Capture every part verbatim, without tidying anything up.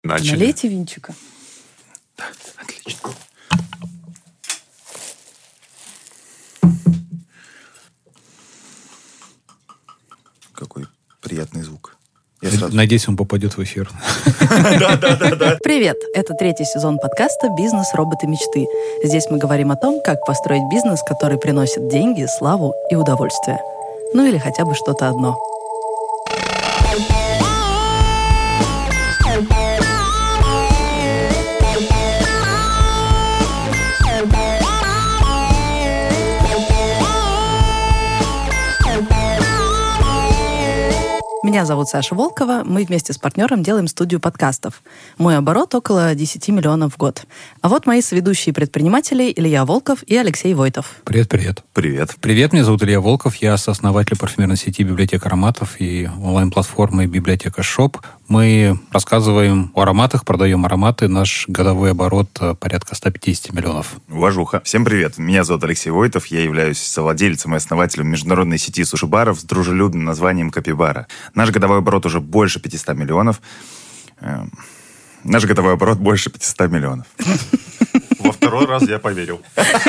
Начали. Налейте винчика. Да, отлично. Какой приятный звук. Я сразу... Надеюсь, он попадет в эфир. Привет! Это третий сезон подкаста «Бизнес. Роботы. Мечты». Здесь мы говорим о том, как построить бизнес, который приносит деньги, славу и удовольствие. Ну или хотя бы что-то одно. Меня зовут Саша Волкова. Мы вместе с партнером делаем студию подкастов. Мой оборот около десять миллионов в год. А вот мои соведущие предприниматели Илья Волков и Алексей Войтов. Привет, привет. Привет. Привет, меня зовут Илья Волков. Я сооснователь парфюмерной сети «Библиотека ароматов» и онлайн-платформы «Библиотека Шоп». Мы рассказываем о ароматах, продаем ароматы. Наш годовой оборот порядка сто пятьдесят миллионов. Уважуха. Всем привет. Меня зовут Алексей Войтов. Я являюсь совладельцем и основателем международной сети суши-баров с дружелюбным названием «Капибара». Наш годовой оборот уже больше пятьсот миллионов. Наш годовой оборот больше пятьсот миллионов. Во второй раз я поверил.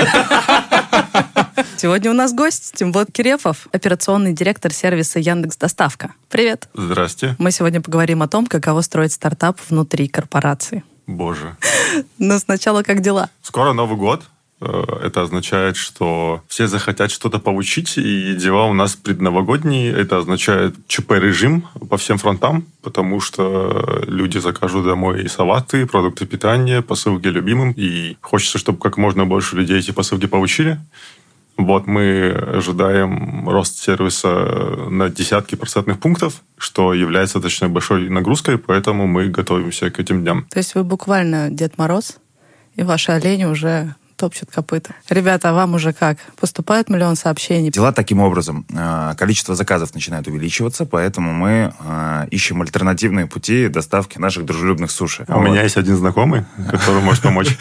Сегодня у нас гость Тимбот Кирефов, операционный директор сервиса Яндекс.Доставка. Привет. Здрасте. Мы сегодня поговорим о том, каково строить стартап внутри корпорации. Боже. Но сначала как дела? Скоро Новый год. Это означает, что все захотят что-то получить, и дела у нас предновогодние. Это означает ЧП-режим по всем фронтам, потому что люди закажут домой и салаты, продукты питания, посылки любимым, и хочется, чтобы как можно больше людей эти посылки получили. Вот мы ожидаем рост сервиса на десятки процентных пунктов, что является достаточно большой нагрузкой, поэтому мы готовимся к этим дням. То есть вы буквально Дед Мороз, и ваши олени уже топчут копыта. Ребята, а вам уже как? Поступает миллион сообщений? Дела таким образом. Количество заказов начинает увеличиваться, поэтому мы ищем альтернативные пути доставки наших дружелюбных суши. У меня есть один знакомый, который может помочь.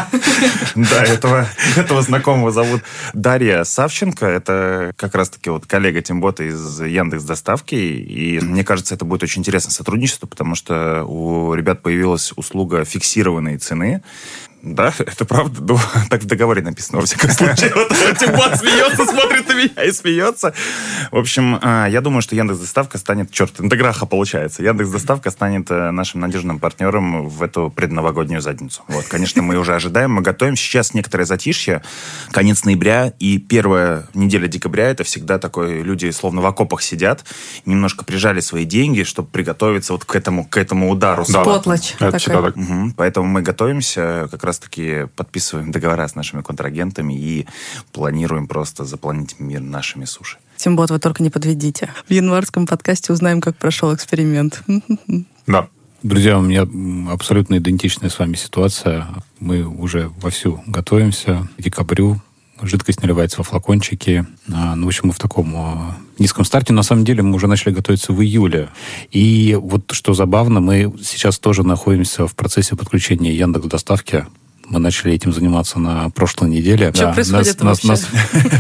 Да, этого знакомого зовут Дарья Савченко. Это как раз-таки вот коллега Тимбота из Яндекс.Доставки. И мне кажется, это будет очень интересное сотрудничество, потому что у ребят появилась услуга фиксированной цены. Да, это правда. Ну, так в договоре написано, во всяком случае. Тимбот смеется, смотрит на меня и смеется. В общем, я думаю, что Яндекс.Доставка станет... Черт, интеграха получается. Яндекс.Доставка станет нашим надежным партнером в эту предновогоднюю задницу. Вот, конечно, мы уже ожидаем, мы готовим. Сейчас некоторое затишье. Конец ноября и первая неделя декабря. Это всегда такое... Люди словно в окопах сидят, немножко прижали свои деньги, чтобы приготовиться вот к этому, к этому удару. Да. Потлачь. Это всегда так. Угу. Поэтому мы готовимся как раз таки подписываем договора с нашими контрагентами и планируем просто заполнить мир нашими суши. Тимбот, вы только не подведите. В январском подкасте узнаем, как прошел эксперимент. Да. Друзья, у меня абсолютно идентичная с вами ситуация. Мы уже вовсю готовимся к декабрю. Жидкость наливается во флакончики. Ну, в общем, мы в таком низком старте. На самом деле, мы уже начали готовиться в июле. И вот что забавно, мы сейчас тоже находимся в процессе подключения Яндекс.Доставки. Мы начали этим заниматься на прошлой неделе. Что да, происходит нас, вообще? Нас,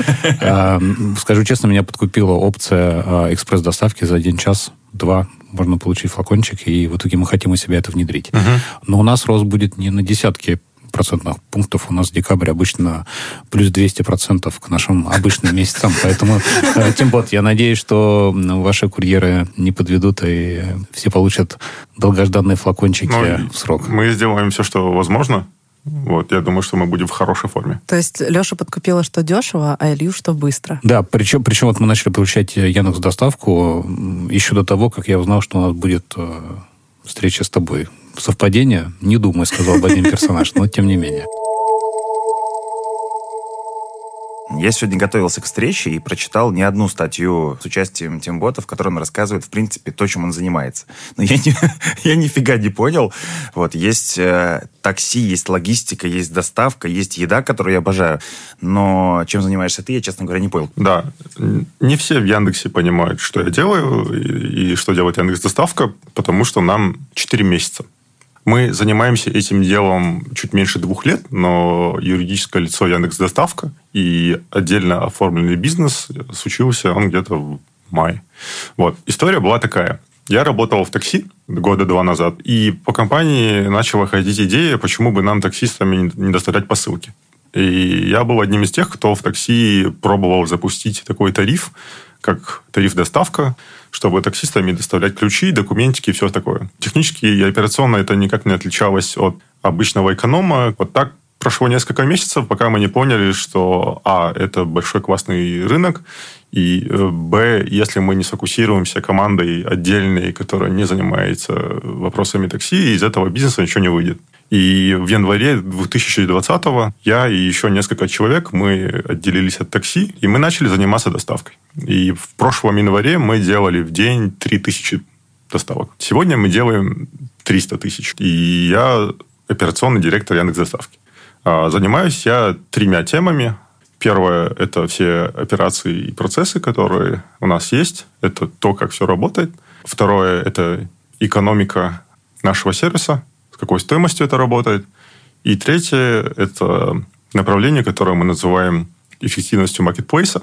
э, скажу честно, меня подкупила опция э, экспресс-доставки. За один час, два можно получить флакончик, и в итоге мы хотим у себя это внедрить. Угу. Но у нас рост будет не на десятки процентных пунктов. У нас декабрь обычно плюс двести процентов к нашим обычным месяцам. Поэтому, э, Тимбот, я надеюсь, что ваши курьеры не подведут, и все получат долгожданные флакончики ну, в срок. Мы сделаем все, что возможно. Вот, я думаю, что мы будем в хорошей форме. То есть Леша подкупила, что дешево, а Илью, что быстро. Да, причем, причем вот мы начали получать Яндекс.Доставку еще до того, как я узнал, что у нас будет э, встреча с тобой. Совпадение? Не думаю, сказал бы один персонаж, но тем не менее. Я сегодня готовился к встрече и прочитал не одну статью с участием Тимбота, в которой он рассказывает, в принципе, то, чем он занимается. Но я, не, я нифига не понял. Вот, есть э, такси, есть логистика, есть доставка, есть еда, которую я обожаю. Но чем занимаешься ты, я, честно говоря, не понял. Да. Не все в Яндексе понимают, что я делаю и, и что делает Яндекс.Доставка, потому что нам четыре месяца. Мы занимаемся этим делом чуть меньше двух лет, но юридическое лицо Яндекс.Доставка и отдельно оформленный бизнес случился он где-то в мае. Вот. История была такая. Я работал в такси года два назад, и по компании начала ходить идея, почему бы нам, таксистами, не доставлять посылки. И я был одним из тех, кто в такси пробовал запустить такой тариф, как тариф-доставка, чтобы таксистами доставлять ключи, документики и все такое. Технически и операционно это никак не отличалось от обычного эконома. Вот так прошло несколько месяцев, пока мы не поняли, что, а, это большой классный рынок, и, б, если мы не сфокусируемся командой отдельной, которая не занимается вопросами такси, из этого бизнеса ничего не выйдет. И в январе две тысячи двадцатого я и еще несколько человек, мы отделились от такси, и мы начали заниматься доставкой. И в прошлом январе мы делали в день три тысячи доставок. Сегодня мы делаем триста тысяч. И я операционный директор Яндекс.Доставки. Занимаюсь я тремя темами. Первое – это все операции и процессы, которые у нас есть. Это то, как все работает. Второе – это экономика нашего сервиса, с какой стоимостью это работает. И третье – это направление, которое мы называем эффективностью маркетплейса.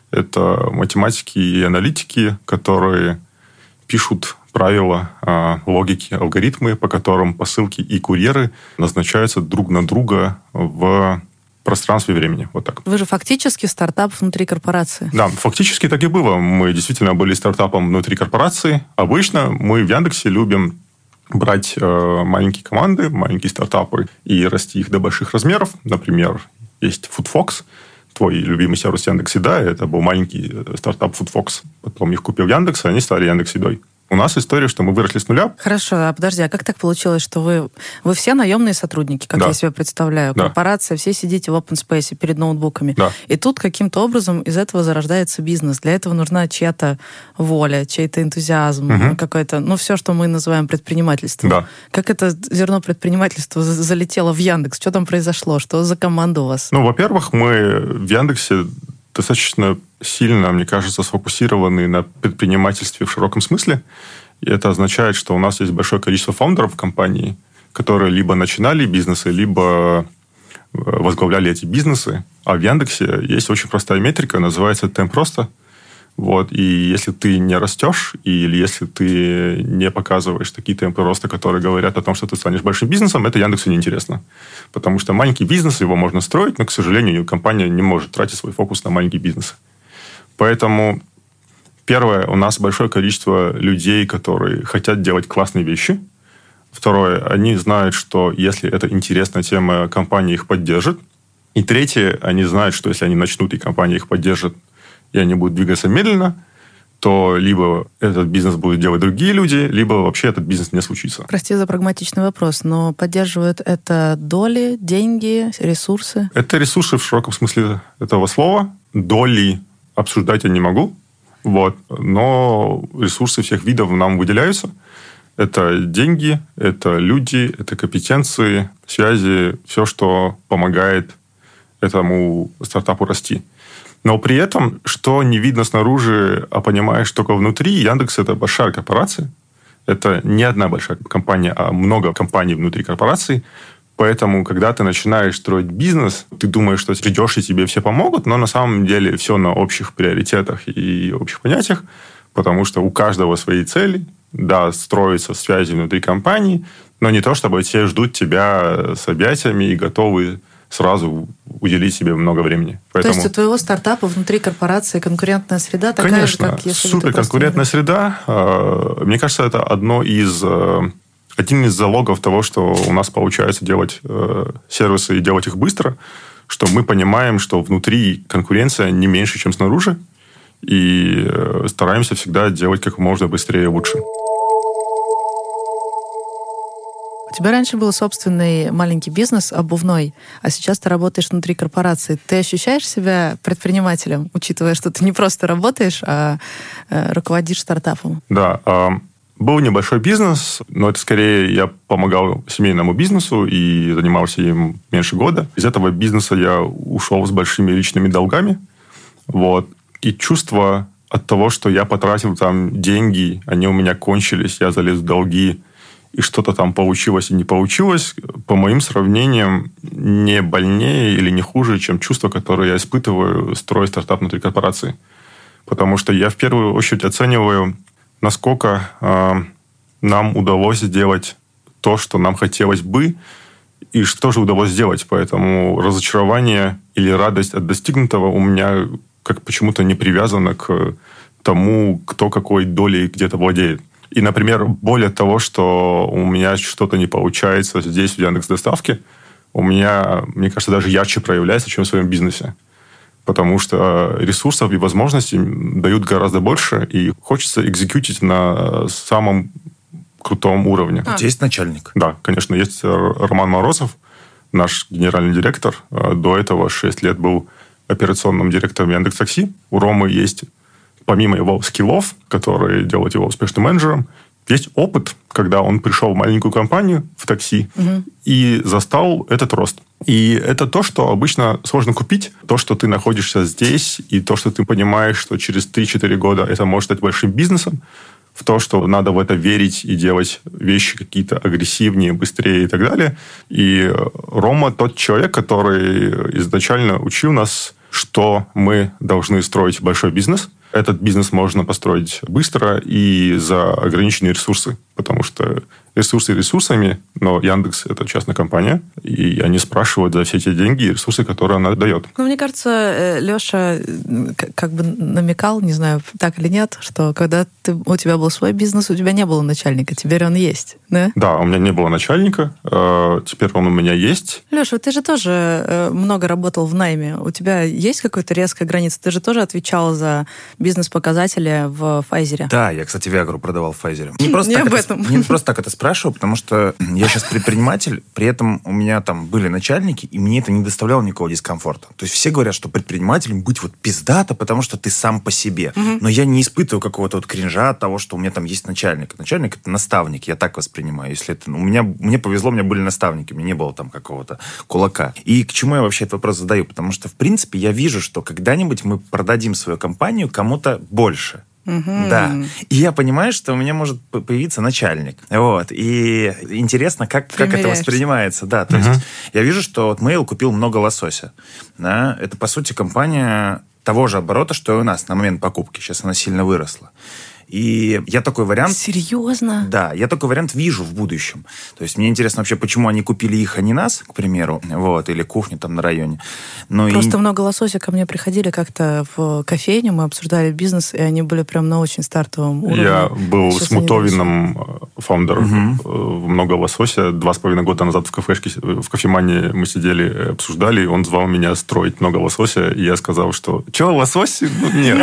Это математики и аналитики, которые пишут правила, логики, алгоритмы, по которым посылки и курьеры назначаются друг на друга в пространстве времени. Вот так. Вы же фактически стартап внутри корпорации. Да, фактически так и было. Мы действительно были стартапом внутри корпорации. Обычно мы в Яндексе любим брать э, маленькие команды, маленькие стартапы и расти их до больших размеров. Например, есть FoodFox, твой любимый сервис Яндекс.Еда. Это был маленький стартап FoodFox. Потом их купил Яндекс, и они стали Яндекс.Едой. У нас история, что мы выросли с нуля. Хорошо, а подожди, а как так получилось, что вы, вы все наемные сотрудники, как да. я себе представляю, да. корпорация, все сидите в open space перед ноутбуками, да. и тут каким-то образом из этого зарождается бизнес. Для этого нужна чья-то воля, чей-то энтузиазм, угу. какой-то, ну, все, что мы называем предпринимательством. Да. Как это зерно предпринимательства залетело в Яндекс? Что там произошло? Что за команда у вас? Ну, во-первых, мы в Яндексе достаточно сильно, мне кажется, сфокусированы на предпринимательстве в широком смысле. И это означает, что у нас есть большое количество фаундеров в компании, которые либо начинали бизнесы, либо возглавляли эти бизнесы. А в Яндексе есть очень простая метрика, называется темп роста. Вот. И если ты не растешь, или если ты не показываешь такие темпы роста, которые говорят о том, что ты станешь большим бизнесом, это Яндексу неинтересно. Потому что маленький бизнес, его можно строить, но, к сожалению, компания не может тратить свой фокус на маленький бизнес. Поэтому, первое, у нас большое количество людей, которые хотят делать классные вещи. Второе, они знают, что если это интересная тема, компания их поддержит. И третье, они знают, что если они начнут, и компания их поддержит, и они будут двигаться медленно, то либо этот бизнес будут делать другие люди, либо вообще этот бизнес не случится. Прости за прагматичный вопрос, но поддерживают это доли, деньги, ресурсы? Это ресурсы в широком смысле этого слова. Доли обсуждать я не могу, вот, но ресурсы всех видов нам выделяются. Это деньги, это люди, это компетенции, связи, все, что помогает этому стартапу расти. Но при этом, что не видно снаружи, а понимаешь только внутри, Яндекс – это большая корпорация. Это не одна большая компания, а много компаний внутри корпорации. Поэтому, когда ты начинаешь строить бизнес, ты думаешь, что придешь и тебе все помогут, но на самом деле все на общих приоритетах и общих понятиях, потому что у каждого свои цели. Да, строятся связи внутри компании, но не то, чтобы все ждут тебя с объятиями и готовы сразу уделить себе много времени. Поэтому... То есть у твоего стартапа внутри корпорации конкурентная среда такая Конечно, же, как если супер конкурентная среда. Мне кажется, это одно из, один из залогов того, что у нас получается делать сервисы и делать их быстро, что мы понимаем, что внутри конкуренция не меньше, чем снаружи, и стараемся всегда делать как можно быстрее и лучше. У тебя раньше был собственный маленький бизнес обувной, а сейчас ты работаешь внутри корпорации. Ты ощущаешь себя предпринимателем, учитывая, что ты не просто работаешь, а руководишь стартапом? Да. Был небольшой бизнес, но это скорее я помогал семейному бизнесу и занимался им меньше года. Из этого бизнеса я ушел с большими личными долгами. Вот. И чувство от того, что я потратил там деньги, они у меня кончились, я залез в долги, и что-то там получилось и не получилось, по моим сравнениям, не больнее или не хуже, чем чувство, которое я испытываю, строя стартап внутри корпорации. Потому что я в первую очередь оцениваю насколько э, нам удалось сделать то, что нам хотелось бы, и что же удалось сделать. Поэтому разочарование или радость от достигнутого у меня как почему-то не привязано к тому, кто какой долей где-то владеет. И, например, более того, что у меня что-то не получается здесь, в Яндекс.Доставке, у меня, мне кажется, даже ярче проявляется, чем в своем бизнесе. Потому что ресурсов и возможностей дают гораздо больше, и хочется экзекьютить на самом крутом уровне. А. У тебя есть начальник? Да, конечно, есть Роман Морозов, наш генеральный директор. До этого шесть лет был операционным директором Яндекс.Такси. У Ромы есть, помимо его скиллов, которые делают его успешным менеджером, есть опыт, когда он пришел в маленькую компанию в такси угу. и застал этот рост. И это то, что обычно сложно купить. То, что ты находишься здесь, и то, что ты понимаешь, что через три-четыре года это может стать большим бизнесом, в то, что надо в это верить и делать вещи какие-то агрессивнее, быстрее и так далее. И Рома тот человек, который изначально учил нас, что мы должны строить большой бизнес. Этот бизнес можно построить быстро и за ограниченные ресурсы, потому что ресурсы ресурсами, но Яндекс – это частная компания, и они спрашивают за все эти деньги и ресурсы, которые она дает. Ну, мне кажется, Леша как бы намекал, не знаю, так или нет, что когда ты, у тебя был свой бизнес, у тебя не было начальника, теперь он есть, да? Да, у меня не было начальника, теперь он у меня есть. Леша, ты же тоже много работал в найме. У тебя есть какая-то резкая граница? Ты же тоже отвечал за бизнес-показатели в Pfizer. Да, я, кстати, Виагру продавал в Pfizer. Не просто, не так об это, этом. не просто так это спрашиваю, потому что я сейчас предприниматель, при этом у меня там были начальники, и мне это не доставляло никакого дискомфорта. То есть все говорят, что предпринимателем быть вот пиздато, потому что ты сам по себе. Угу. Но я не испытываю какого-то вот кринжа от того, что у меня там есть начальник. Начальник — это наставник, я так воспринимаю. Если это, у меня, мне повезло, у меня были наставники, у меня не было там какого-то кулака. И к чему я вообще этот вопрос задаю? Потому что, в принципе, я вижу, что когда-нибудь мы продадим свою компанию кому-то больше. Угу. Да. И я понимаю, что у меня может появиться начальник. Вот. И интересно, как, как это воспринимается. Да, то угу. есть я вижу, что вот Mail купил много лосося. Да? Это, по сути, компания того же оборота, что и у нас на момент покупки. Сейчас она сильно выросла. И я такой вариант... Серьезно? Да, я такой вариант вижу в будущем. То есть мне интересно вообще, почему они купили их, а не нас, к примеру, вот, или кухню там на районе. Но Просто и... много лосося ко мне приходили как-то в кофейню, мы обсуждали бизнес, и они были прям на очень стартовом уровне. Я был Сейчас с Мутовиным, фаундером угу. много лосося. Два с половиной года назад в кафешке, в кофемании мы сидели, обсуждали, и он звал меня строить много лосося, и я сказал, что «Че, лосось? Ну, нет».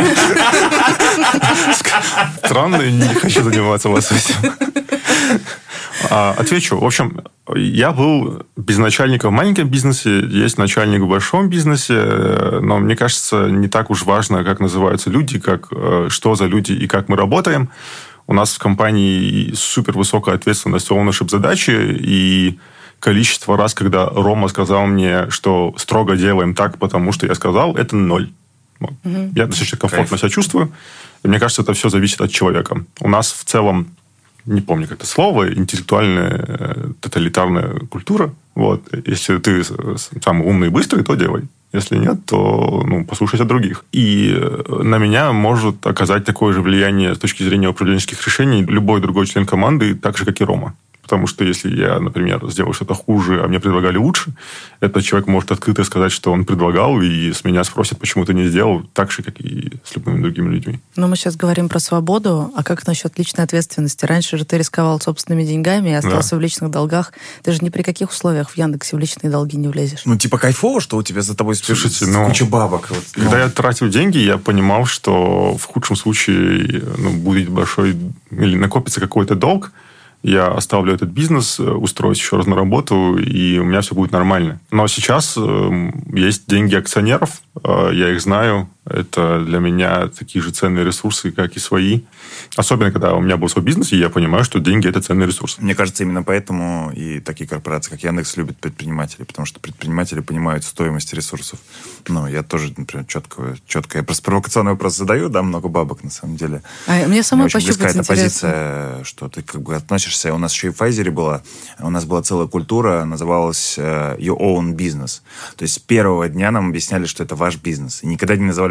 Странно, не хочу заниматься лососем. А, отвечу. В общем, я был без начальника в маленьком бизнесе, есть начальник в большом бизнесе, но мне кажется, не так уж важно, как называются люди, как, что за люди и как мы работаем. У нас в компании супер высокая ответственность, ownership задачи, и количество раз, когда Рома сказал мне, что строго делаем так, потому что я сказал, это ноль. Вот. Угу. Я достаточно комфортно Кайф. себя чувствую. И мне кажется, это все зависит от человека. У нас в целом, не помню, как это слово, интеллектуальная тоталитарная культура. Вот. Если ты самый умный и быстрый, то делай. Если нет, то ну, послушайся других. И на меня может оказать такое же влияние с точки зрения управленческих решений любой другой член команды, так же, как и Рома. Потому что если я, например, сделал что-то хуже, а мне предлагали лучше, этот человек может открыто сказать, что он предлагал, и с меня спросят, почему ты не сделал, так же, как и с любыми другими людьми. Но мы сейчас говорим про свободу, а как насчет личной ответственности? Раньше же ты рисковал собственными деньгами и остался да. в личных долгах. Ты же ни при каких условиях в Яндексе в личные долги не влезешь. Ну, типа кайфово, что у тебя за тобой Слушайте, ну, куча бабок. Вот, когда ну. я тратил деньги, я понимал, что в худшем случае ну, будет большой... или накопится какой-то долг, я оставлю этот бизнес, устроюсь еще раз на работу, и у меня все будет нормально. Но сейчас э, есть деньги акционеров, э, я их знаю. Это для меня такие же ценные ресурсы, как и свои. Особенно, когда у меня был свой бизнес, и я понимаю, что деньги – это ценный ресурс. Мне кажется, именно поэтому и такие корпорации, как Яндекс, любят предпринимателей, потому что предприниматели понимают стоимость ресурсов. Ну, я тоже, например, четко... четко я просто провокационный вопрос задаю, да, много бабок, на самом деле. А мне самой пощупать интересно. Мне очень близка эта позиция, что ты как бы относишься... У нас еще и в Pfizer была, у нас была целая культура, называлась uh, Your Own Business. То есть с первого дня нам объясняли, что это ваш бизнес. И никогда не называли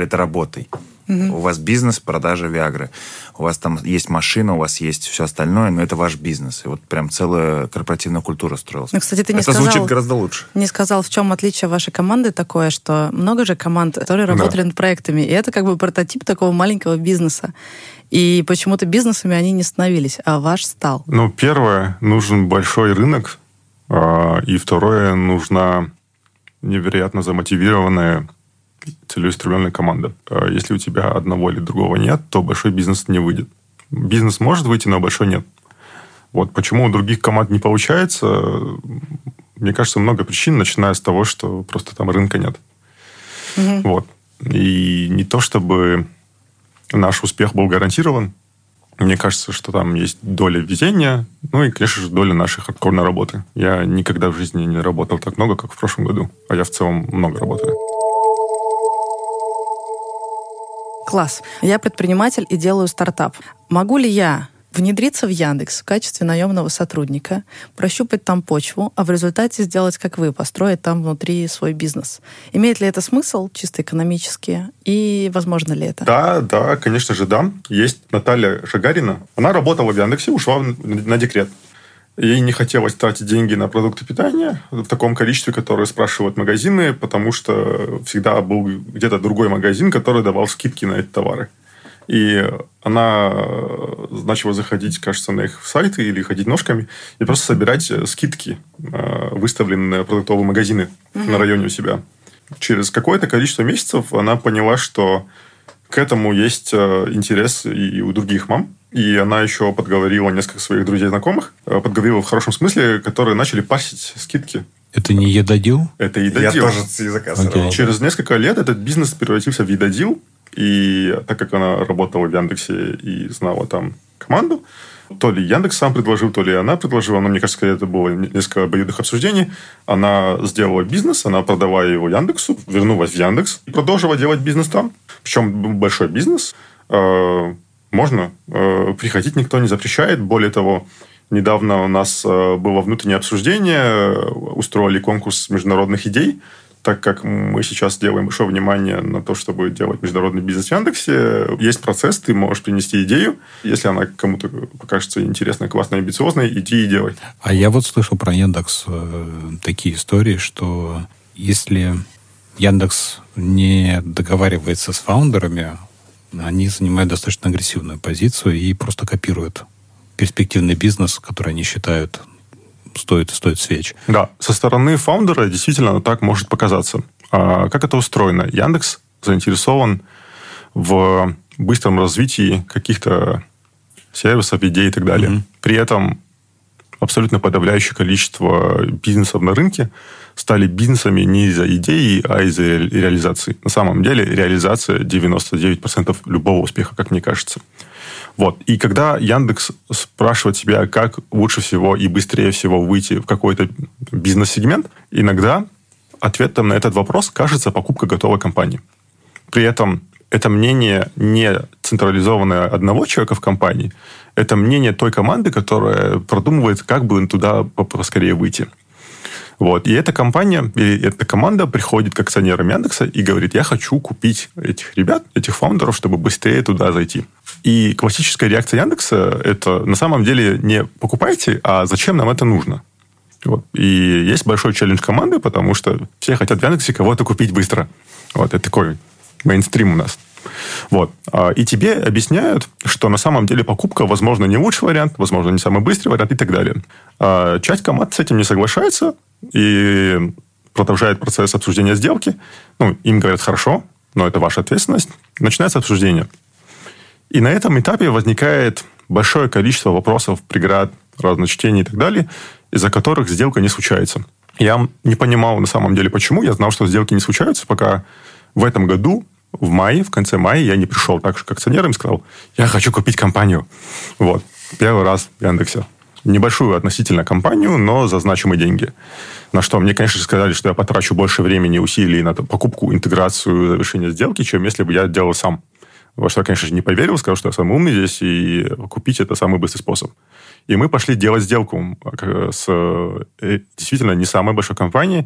называли это работой. Угу. У вас бизнес, продажа Виагры. У вас там есть машина, у вас есть все остальное, но это ваш бизнес. И вот прям целая корпоративная культура строилась. Ну, кстати, ты не это сказал, звучит гораздо лучше. Не сказал, в чем отличие вашей команды такое, что много же команд, которые работали да. над проектами, и это как бы прототип такого маленького бизнеса. И почему-то бизнесами они не становились, а ваш стал. Ну, первое, нужен большой рынок, и второе, нужна невероятно замотивированная целеустремленная команда. Если у тебя одного или другого нет, то большой бизнес не выйдет. Бизнес может выйти, но большой нет. Вот почему у других команд не получается, мне кажется, много причин, начиная с того, что просто там рынка нет. Угу. Вот. И не то, чтобы наш успех был гарантирован. Мне кажется, что там есть доля везения, ну и, конечно же, доля нашей хардкорной работы. Я никогда в жизни не работал так много, как в прошлом году. А я в целом много работаю. Класс. Я предприниматель и делаю стартап. Могу ли я внедриться в Яндекс в качестве наемного сотрудника, прощупать там почву, а в результате сделать, как вы, построить там внутри свой бизнес? Имеет ли это смысл, чисто экономически, и возможно ли это? Да, да, конечно же, да. Есть Наталья Шагарина. Она работала в Яндексе, ушла на декрет. Ей не хотелось тратить деньги на продукты питания в таком количестве, которое спрашивают магазины, потому что всегда был где-то другой магазин, который давал скидки на эти товары. И она начала заходить, кажется, на их сайты или ходить ножками и просто собирать скидки, выставленные на продуктовые магазины mm-hmm. на районе у себя. Через какое-то количество месяцев она поняла, что к этому есть интерес и у других мам. И она еще подговорила несколько своих друзей-знакомых, подговорила в хорошем смысле, которые начали парсить скидки. Это не едодил? Это едодил. Я тоже с языка сорвал. Через несколько лет этот бизнес превратился в едодил. И так как она работала в Яндексе и знала там команду, то ли Яндекс сам предложил, то ли она предложила, но мне кажется, это было несколько обоюдных обсуждений. Она сделала бизнес, она продала его Яндексу, вернулась в Яндекс и продолжила делать бизнес там. Причем большой бизнес. Можно приходить, никто не запрещает. Более того, недавно у нас было внутреннее обсуждение, устроили конкурс международных идей. Так как мы сейчас делаем большое внимание на то, чтобы делать международный бизнес в Яндексе, есть процесс, ты можешь принести идею. Если она кому-то покажется интересной, классной, амбициозной, иди и делай. А я вот слышал про Яндекс э, такие истории, что если Яндекс не договаривается с фаундерами, они занимают достаточно агрессивную позицию и просто копируют перспективный бизнес, который они считают стоит, стоит свеч. Да, со стороны фаундера действительно так может показаться. А как это устроено? Яндекс заинтересован в быстром развитии каких-то сервисов, идей и так далее. Mm-hmm. При этом абсолютно подавляющее количество бизнесов на рынке стали бизнесами не из-за идеи, а из-за реализации. На самом деле реализация девяносто девять процентов любого успеха, как мне кажется. Вот. И когда Яндекс спрашивает себя, как лучше всего и быстрее всего выйти в какой-то бизнес-сегмент, иногда ответом на этот вопрос кажется покупка готовой компании. При этом это мнение не централизованное одного человека в компании, это мнение той команды, которая продумывает, как бы туда поскорее выйти. Вот. И эта компания, и эта команда приходит к акционерам Яндекса и говорит, я хочу купить этих ребят, этих фаундеров, чтобы быстрее туда зайти. И классическая реакция Яндекса – это на самом деле не покупайте, а зачем нам это нужно. Вот. И есть большой челлендж команды, потому что все хотят в Яндексе кого-то купить быстро. Вот. Это такой мейнстрим у нас. Вот. И тебе объясняют, что на самом деле покупка, возможно, не лучший вариант, возможно, не самый быстрый вариант и так далее. Часть команд с этим не соглашается и продолжает процесс обсуждения сделки. Ну, им говорят, хорошо, но это ваша ответственность. Начинается обсуждение. И на этом этапе возникает большое количество вопросов, преград, разночтений и так далее, из-за которых сделка не случается. Я не понимал на самом деле, почему. Я знал, что сделки не случаются, пока в этом году, в мае, в конце мая, я не пришел так же к акционерам и сказал, я хочу купить компанию. Вот. Первый раз в Яндексе. Небольшую относительно компанию, но за значимые деньги. На что мне, конечно, сказали, что я потрачу больше времени и усилий на покупку, интеграцию, завершение сделки, чем если бы я делал сам. Во что я, конечно же, не поверил, сказал, что я самый умный здесь, и купить это самый быстрый способ. И мы пошли делать сделку с действительно не самой большой компанией.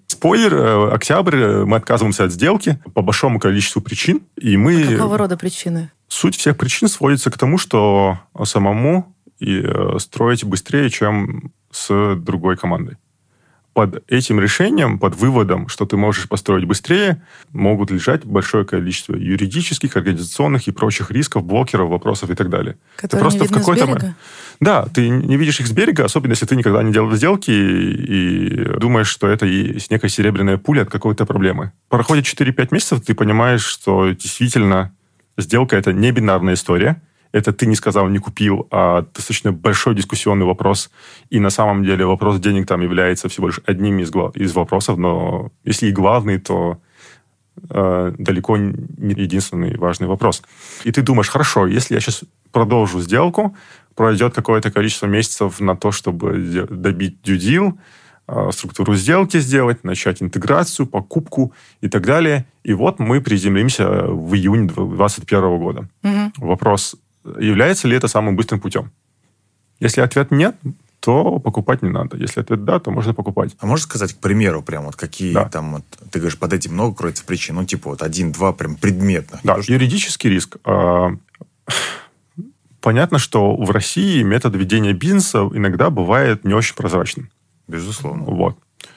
Спойлер, октябрь, мы отказываемся от сделки по большому количеству причин. И мы... А какого рода причины? Суть всех причин сводится к тому, что самому и строить быстрее, чем с другой командой. Под этим решением, под выводом, что ты можешь построить быстрее, могут лежать большое количество юридических, организационных и прочих рисков, блокеров, вопросов и так далее. Которые не видно в с берега? Да, ты не видишь их с берега, особенно если ты никогда не делал сделки и думаешь, что это есть некая серебряная пуля от какой-то проблемы. Проходит четыре-пять месяцев, ты понимаешь, что действительно сделка – это не бинарная история. Это ты не сказал, не купил, а достаточно большой дискуссионный вопрос. И на самом деле вопрос денег там является всего лишь одним из, глав... из вопросов, но если и главный, то э, далеко не единственный важный вопрос. И ты думаешь, хорошо, если я сейчас продолжу сделку, пройдет какое-то количество месяцев на то, чтобы добить due deal, э, структуру сделки сделать, начать интеграцию, покупку и так далее. И вот мы приземлимся в июне двадцать первого года. Угу. Вопрос... Является ли это самым быстрым путем? Если ответ нет, то покупать не надо. Если ответ да, то можно покупать. А можешь сказать, к примеру, прям вот какие да. там, вот, ты говоришь, под этим много кроется причин, ну, типа вот один-два прям предметных. Да, юридический риск. Понятно, что в России метод ведения бизнеса иногда бывает не очень прозрачным. Безусловно. Вот.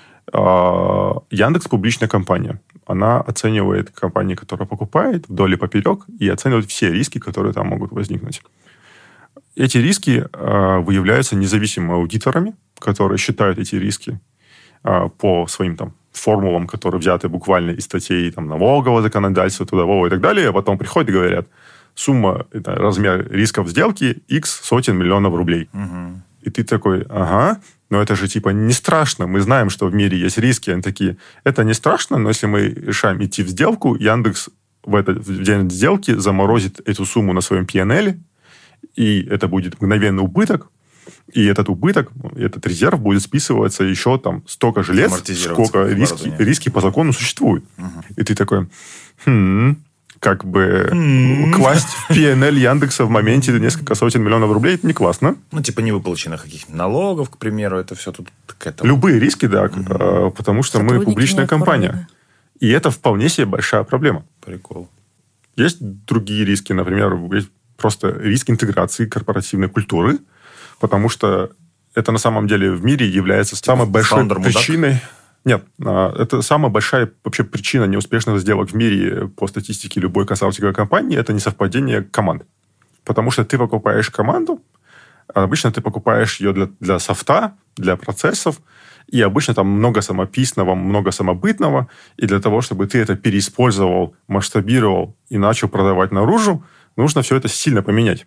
Яндекс публичная компания. Она оценивает компании, которые покупает, вдоль и поперек, и оценивает все риски, которые там могут возникнуть. Эти риски э, выявляются независимыми аудиторами, которые считают эти риски э, по своим там формулам, которые взяты буквально из статей там, налогового законодательства, трудового и так далее, а потом приходят и говорят, сумма, это размер рисков сделки X сотен миллионов рублей. Угу. И ты такой, ага, но это же типа не страшно. Мы знаем, что в мире есть риски. Они такие, это не страшно, но если мы решаем идти в сделку, Яндекс в этот в день сделки заморозит эту сумму на своем пи эн эл, и это будет мгновенный убыток. И этот убыток, этот резерв будет списываться еще там столько же лет, сколько риски, риски по закону существуют. Угу. И ты такой, хм... как бы mm. класть в пи эн эл Яндекса в моменте несколько сотен миллионов рублей, это не классно. Ну, типа невыплаченных каких-то налогов, к примеру, это все тут к этому. Любые риски, да, mm-hmm. потому что мы публичная компания. И это вполне себе большая проблема. Прикол. Есть другие риски, например, есть просто риск интеграции корпоративной культуры, потому что это на самом деле в мире является типа самой большой причиной... Нет, это самая большая вообще причина неуспешных сделок в мире по статистике любой консалтинговой компании – это несовпадение команд. Потому что ты покупаешь команду, обычно ты покупаешь ее для, для софта, для процессов, и обычно там много самописного, много самобытного, и для того, чтобы ты это переиспользовал, масштабировал и начал продавать наружу, нужно все это сильно поменять.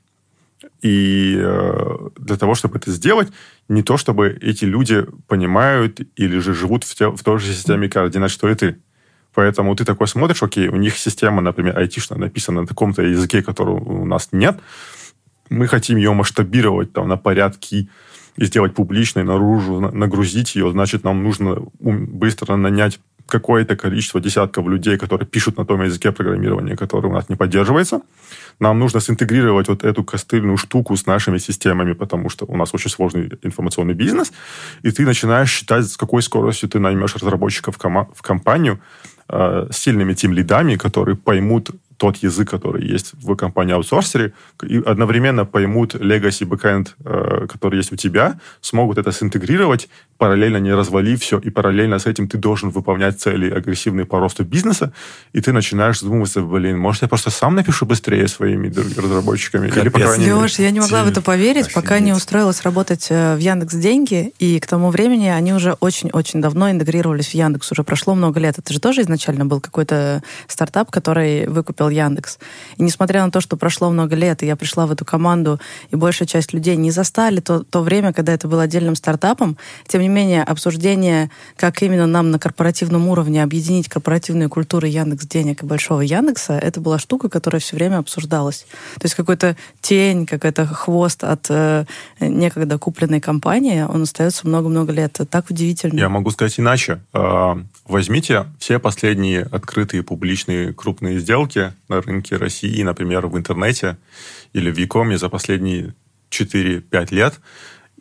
И э, для того, чтобы это сделать, не то, чтобы эти люди понимают или же живут в, те, в той же системе координат, что и ты. Поэтому ты такой смотришь, окей, у них система, например, айтишная, написана на таком-то языке, которого у нас нет. Мы хотим ее масштабировать там, на порядки и сделать публичной, наружу, нагрузить ее. Значит, нам нужно быстро нанять какое-то количество десятков людей, которые пишут на том языке программирования, который у нас не поддерживается. Нам нужно синтегрировать вот эту костыльную штуку с нашими системами, потому что у нас очень сложный информационный бизнес, и ты начинаешь считать, с какой скоростью ты наймешь разработчиков в, кома- в компанию э, с сильными тимлидами, которые поймут тот язык, который есть в компании-аутсорсере, и одновременно поймут legacy backend, э, который есть у тебя, смогут это синтегрировать, параллельно не развалив все, и параллельно с этим ты должен выполнять цели агрессивные по росту бизнеса, и ты начинаешь задумываться, блин, может, я просто сам напишу быстрее своими разработчиками? Или, по крайней мере... Леш, я не могла в это поверить, Офигеть. пока не устроилась работать в Яндекс.Деньги, и к тому времени они уже очень-очень давно интегрировались в Яндекс, уже прошло много лет. Это же тоже изначально был какой-то стартап, который выкупил Яндекс. И несмотря на то, что прошло много лет, и я пришла в эту команду, и большая часть людей не застали то, то время, когда это было отдельным стартапом, тем не менее, обсуждение, как именно нам на корпоративном уровне объединить корпоративные культуры Яндекс.Денег и Большого Яндекса, это была штука, которая все время обсуждалась. То есть какой-то тень, какой-то хвост от э, некогда купленной компании, он остается много-много лет. Это так удивительно. Я могу сказать иначе. Возьмите все последние открытые публичные крупные сделки на рынке России, например, в интернете или в Викоме за последние четыре-пять лет,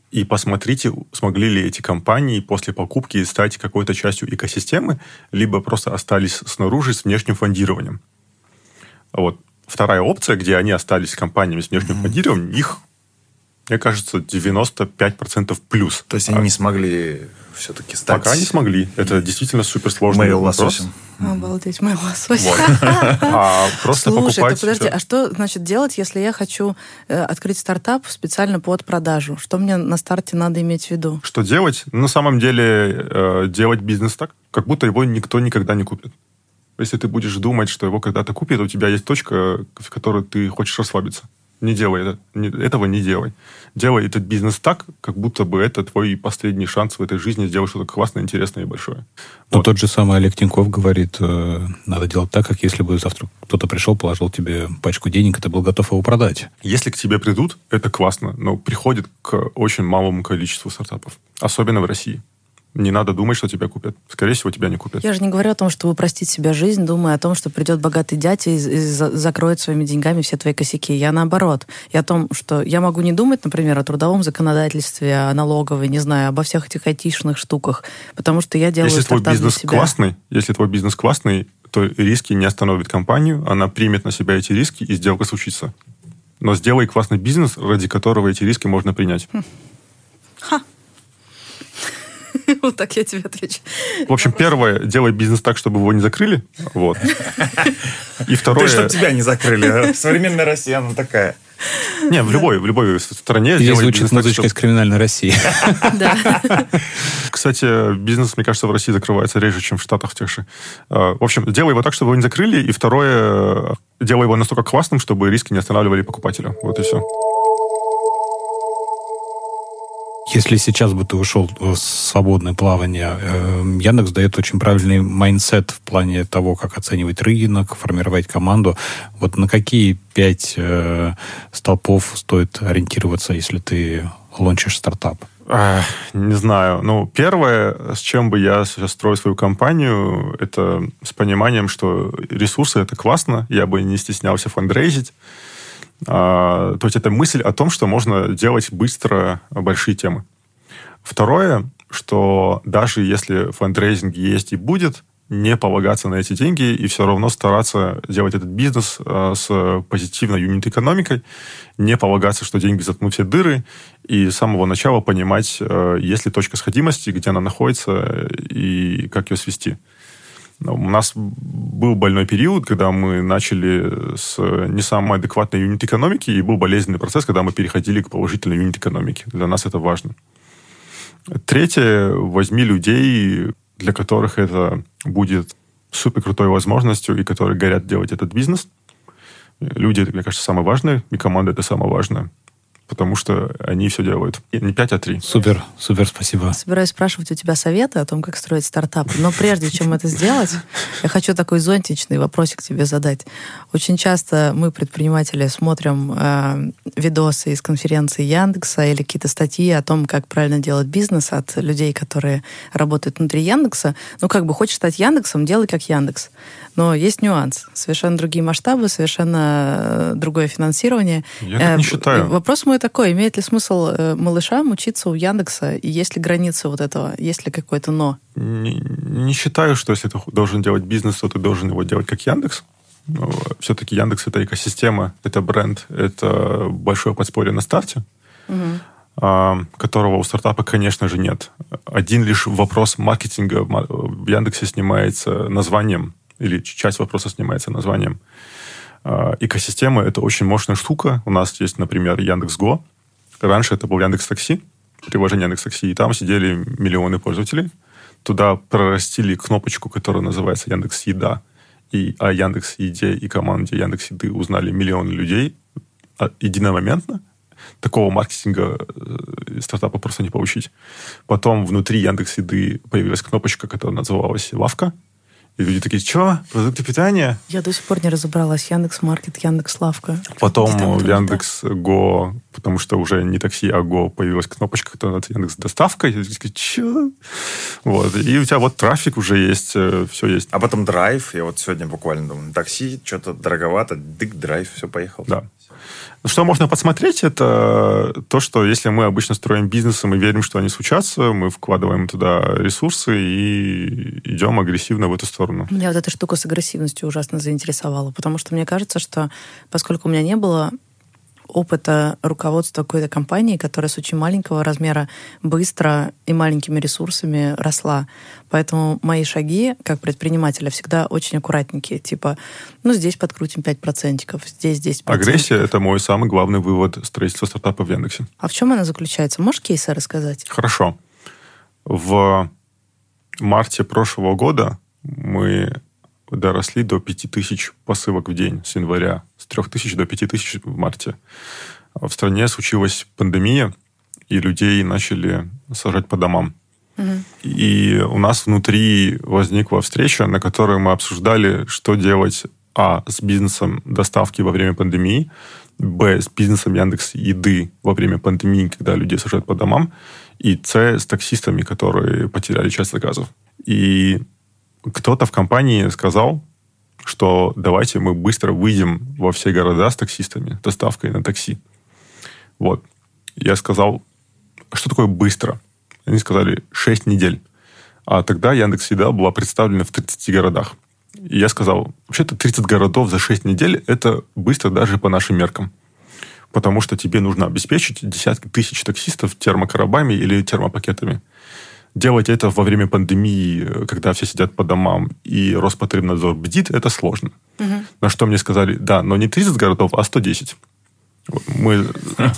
и посмотрите, смогли ли эти компании после покупки стать какой-то частью экосистемы, либо просто остались снаружи с внешним фондированием. Вот. Вторая опция, где они остались компаниями с внешним mm-hmm. фондированием, их, мне кажется, девяносто пять процентов плюс. То есть они а... не смогли все-таки стать... Пока не смогли. Это действительно суперсложный вопрос. Обалдеть, мейл лосось. А просто Слушай, покупать... подожди, а что, значит, делать, если я хочу э, открыть стартап специально под продажу? Что мне на старте надо иметь в виду? Что делать? На самом деле, э, делать бизнес так, как будто его никто никогда не купит. Если ты будешь думать, что его когда-то купят, у тебя есть точка, в которой ты хочешь расслабиться. Не делай это. Не, этого не делай. Делай этот бизнес так, как будто бы это твой последний шанс в этой жизни сделать что-то классное, интересное и большое. Но вот. Тот же самый Олег Тиньков говорит, э, надо делать так, как если бы завтра кто-то пришел, положил тебе пачку денег, и ты был готов его продать. Если к тебе придут, это классно, но приходит к очень малому количеству стартапов. Особенно в России. Не надо думать, что тебя купят. Скорее всего, тебя не купят. Я же не говорю о том, чтобы упростить себе жизнь, думая о том, что придет богатый дядя и, и закроет своими деньгами все твои косяки. Я наоборот. Я о том, что я могу не думать, например, о трудовом законодательстве, о налоговой, не знаю, обо всех этих айтишных штуках, потому что я делаю если стартап твой бизнес для себя. Классный, если твой бизнес классный, то риски не остановят компанию, она примет на себя эти риски, и сделка случится. Но сделай классный бизнес, ради которого эти риски можно принять. Ха. Вот так я тебе отвечу. В общем, первое, делай бизнес так, чтобы его не закрыли. Вот. И второе... Да, чтобы тебя не закрыли. Современная Россия, она такая. Не, в любой, в любой стране... Здесь звучит музычка из «Криминальной России». Да. Кстати, бизнес, мне кажется, в России закрывается реже, чем в Штатах в тех же. В общем, делай его так, чтобы его не закрыли. И второе, делай его настолько классным, чтобы риски не останавливали покупателя. Вот и все. Если сейчас бы ты ушел в свободное плавание, Яндекс дает очень правильный майндсет в плане того, как оценивать рынок, формировать команду. Вот на какие пять э, столпов стоит ориентироваться, если ты лончишь стартап? А, не знаю. Ну, первое, с чем бы я сейчас строю свою компанию, это с пониманием, что ресурсы — это классно, я бы не стеснялся фандрейзить. А, то есть это мысль о том, что можно делать быстро большие темы. Второе, что даже если фандрейзинг есть и будет, не полагаться на эти деньги и все равно стараться делать этот бизнес а, с позитивной юнит-экономикой, не полагаться, что деньги заткнут все дыры, и с самого начала понимать, а, есть ли точка сходимости, где она находится и как ее свести. У нас был больной период, когда мы начали с не самой адекватной юнит-экономики, и был болезненный процесс, когда мы переходили к положительной юнит-экономике. Для нас это важно. Третье. Возьми людей, для которых это будет супер крутой возможностью, и которые горят делать этот бизнес. Люди, это, мне кажется, самое важное, и команда — это самое важное. Потому что они все делают. Не пять, а три. Супер, супер, спасибо. Собираюсь спрашивать у тебя советы о том, как строить стартап. Но прежде чем это сделать, я хочу такой зонтичный вопросик тебе задать. Очень часто мы, предприниматели, смотрим э, видосы из конференции Яндекса или какие-то статьи о том, как правильно делать бизнес от людей, которые работают внутри Яндекса. Ну, как бы хочешь стать Яндексом, делай как Яндекс. Но есть нюанс. Совершенно другие масштабы, совершенно другое финансирование. Я так не считаю. Вопрос мой такой. Имеет ли смысл малышам учиться у Яндекса? И есть ли границы вот этого? Есть ли какое-то «но»? Не, не считаю, что если ты должен делать бизнес, то ты должен его делать как Яндекс. Но все-таки Яндекс — это экосистема, это бренд, это большое подспорье на старте, угу. которого у стартапа, конечно же, нет. Один лишь вопрос маркетинга в Яндексе снимается названием, или часть вопроса снимается названием. Экосистема — это очень мощная штука. У нас есть, например, Яндекс.Го. Раньше это был Яндекс.Такси, приложение Яндекс.Такси, и там сидели миллионы пользователей. Туда прорастили кнопочку, которая называется Яндекс.Еда. И о Яндекс.Еде и команде Яндекс.Еды узнали миллионы людей единомоментно. Такого маркетинга стартапа просто не получить. Потом внутри Яндекс.Еды появилась кнопочка, которая называлась «Лавка». И люди такие: что? Продукты питания? Я до сих пор не разобралась. Яндекс.Маркет, Яндекс.Лавка. Потом в Яндекс.Го, потому что уже не такси, а Го, появилась кнопочка, которая называется Яндекс.Доставка. И люди такие: что? Вот. И у тебя вот трафик уже есть, все есть. А потом драйв. Я вот сегодня буквально думаю, такси, что-то дороговато, дык, драйв, все, поехал. Да. Что можно подсмотреть, это то, что если мы обычно строим бизнес, и мы верим, что они случатся, мы вкладываем туда ресурсы и идем агрессивно в эту сторону. Меня вот эта штука с агрессивностью ужасно заинтересовала, потому что мне кажется, что поскольку у меня не было опыта руководства какой-то компании, которая с очень маленького размера быстро и маленькими ресурсами росла. Поэтому мои шаги, как предпринимателя, всегда очень аккуратненькие. Типа, ну, здесь подкрутим пять процентиков, здесь десять процентов. Агрессия — это мой самый главный вывод строительства стартапа в Яндексе. А в чем она заключается? Можешь кейсы рассказать? Хорошо. В марте прошлого года мы доросли до пяти тысяч посылок в день с января. С трех тысяч до пяти тысяч в марте. В стране случилась пандемия, и людей начали сажать по домам. Угу. И у нас внутри возникла встреча, на которой мы обсуждали, что делать, а, с бизнесом доставки во время пандемии, б, с бизнесом Яндекс.Еды во время пандемии, когда людей сажают по домам, и с, с таксистами, которые потеряли часть заказов. И кто-то в компании сказал, что давайте мы быстро выйдем во все города с таксистами, доставкой на такси. Вот. Я сказал, что такое быстро? Они сказали, шесть недель. А тогда Яндекс.Еда была представлена в тридцати городах. И я сказал, вообще-то тридцать городов за шесть недель – это быстро даже по нашим меркам. Потому что тебе нужно обеспечить десятки тысяч таксистов термокоробами или термопакетами. Делать это во время пандемии, когда все сидят по домам, и Роспотребнадзор бдит, это сложно. Угу. На что мне сказали, да, но не тридцать городов, а сто десять. Мы,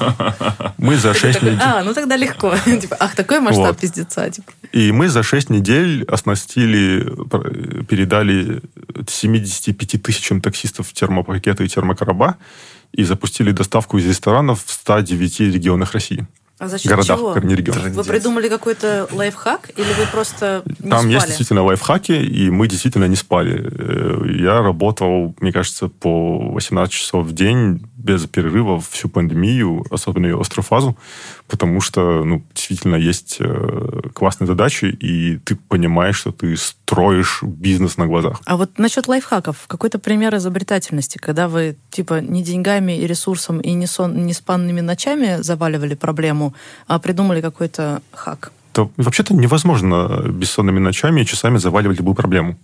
мы за шесть недель... А, ну тогда легко. Ах, такой масштаб пиздеца. И мы за шесть недель оснастили, передали семидесяти пяти тысячам таксистов термопакеты и термокороба и запустили доставку из ресторанов в ста девяти регионах России. А за счет городах, чего? Не регионах. Вы придумали какой-то лайфхак или вы просто не Там спали? есть действительно лайфхаки, и мы действительно не спали. Я работал, мне кажется, по восемнадцать часов в день без перерыва всю пандемию, особенно ее острую фазу, потому что ну, действительно есть классные задачи, и ты понимаешь, что ты строишь бизнес на глазах. А вот насчет лайфхаков, какой-то пример изобретательности, когда вы типа не деньгами и ресурсом, и не, сон, не спанными ночами заваливали проблему, а придумали какой-то хак? То, вообще-то невозможно бессонными ночами и часами заваливать любую проблему.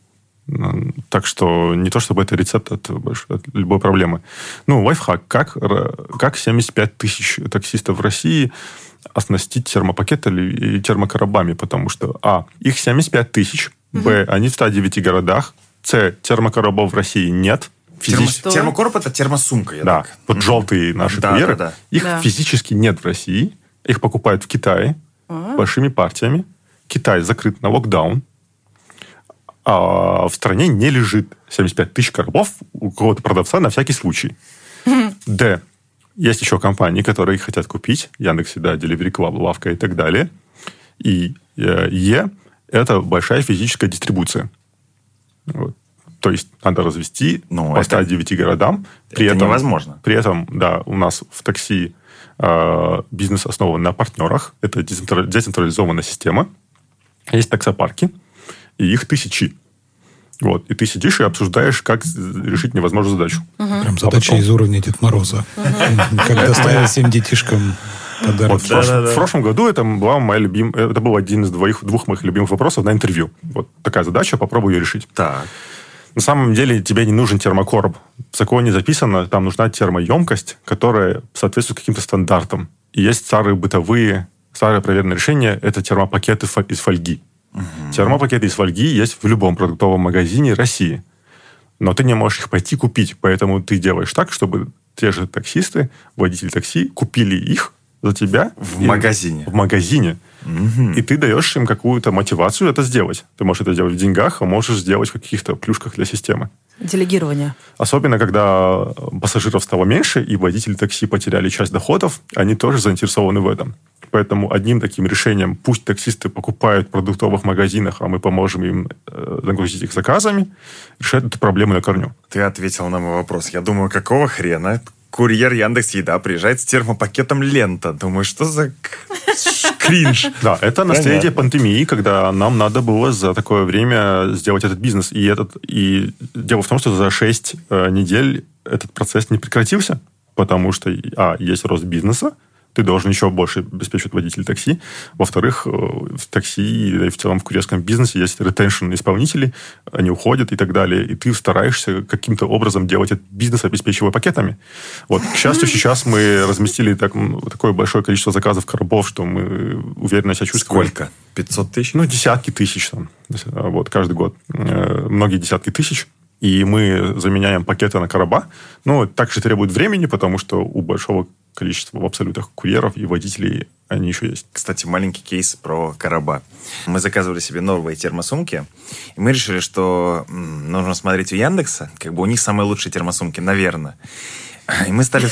Так что не то, чтобы это рецепт от, от любой проблемы. Ну, лайфхак. Как, как семьдесят пять тысяч таксистов в России оснастить термопакетами и термокоробами? Потому что, а, их семьдесят пять тысяч, угу. б, они в ста девяти городах, с, термокоробов в России нет. Физич... Термокороб – это термосумка. Я да, так. вот угу. желтые наши да, курьеры. Да, да. Их да. физически нет в России. Их покупают в Китае а. большими партиями. Китай закрыт на локдаун. А в стране не лежит семьдесят пять тысяч коробов у какого-то продавца на всякий случай. Д. Есть еще компании, которые хотят купить. Яндекс.Еда, Delivery Club, Лавка и так далее. И Е. Это большая физическая дистрибуция. Вот. То есть надо развести ну, по ста девяти городам. При это этом, невозможно. При этом, да, у нас в такси э, бизнес основан на партнерах. Это децентрализованная система. Есть таксопарки. И их тысячи. Вот. И ты сидишь и обсуждаешь, как решить невозможную задачу. Угу. Прям задача а потом... из уровня Дед Мороза. Когда ставят всем детишкам подарок. В прошлом году это была моя любимая... Это был один из двух моих любимых вопросов на интервью. Вот такая задача, попробуй ее решить. Так. На самом деле тебе не нужен термокороб. В законе записано, там нужна термоемкость, которая соответствует каким-то стандартам. И есть старые бытовые, старые проверенные решения. Это термопакеты из фольги. Угу. Термопакеты из фольги есть в любом продуктовом магазине России. Но ты не можешь их пойти купить. Поэтому ты делаешь так, чтобы те же таксисты, водители такси, купили их за тебя. В и, магазине. В магазине. Угу. И ты даешь им какую-то мотивацию это сделать. Ты можешь это сделать в деньгах, а можешь сделать в каких-то плюшках для системы. Делегирование. Особенно, когда пассажиров стало меньше, и водители такси потеряли часть доходов, они тоже заинтересованы в этом. Поэтому одним таким решением, пусть таксисты покупают в продуктовых магазинах, а мы поможем им э, загрузить их заказами, решает эту проблему на корню. Ты ответил на мой вопрос. Я думаю, какого хрена курьер Яндекс.Еда приезжает с термопакетом «Лента». Думаю, что за Кринж. Да, это наследие пандемии, когда нам надо было за такое время сделать этот бизнес. И, этот, и дело в том, что за шесть э, недель этот процесс не прекратился, потому что, а, есть рост бизнеса, ты должен еще больше обеспечивать водителей такси. Во-вторых, в такси и в целом в курьерском бизнесе есть ретеншн исполнителей, они уходят и так далее. И ты стараешься каким-то образом делать этот бизнес, обеспечивая пакетами. Вот. К счастью, сейчас мы разместили так, такое большое количество заказов коробов, что мы уверенно себя чувствуем. Сколько? пятьсот тысяч? Ну, десятки тысяч там, вот, каждый год. Многие десятки тысяч. И мы заменяем пакеты на короба. Но также требует времени, потому что у большого количества в абсолютах курьеров и водителей они еще есть. Кстати, маленький кейс про короба. Мы заказывали себе новые термосумки, и мы решили, что м, нужно смотреть у Яндекса, как бы у них самые лучшие термосумки, наверное. И мы стали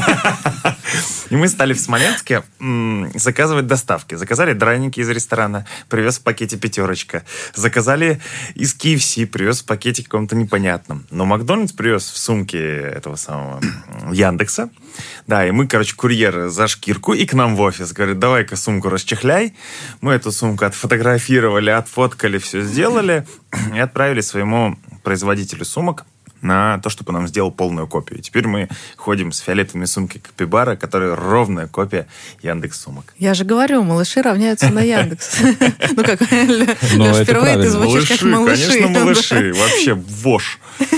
в, и мы стали в Смоленске м, заказывать доставки. Заказали драники из ресторана, привез в пакете пятерочка. Заказали из кей эф си, привез в пакете каком-то непонятном. Но Макдональдс привез в сумке этого самого Яндекса. Да, и мы, короче, курьер за шкирку и к нам в офис. Говорит, давай-ка сумку расчехляй. Мы эту сумку отфотографировали, отфоткали, все сделали и отправили своему производителю сумок на то, чтобы нам сделал полную копию. И теперь мы ходим с фиолетовыми сумками Капибара, которые ровная копия Яндекс.Сумок. Я же говорю, малыши равняются на Яндекс. Ну как, Леш, впервые ты звучишь как малыши. Конечно, малыши. Вообще вошь.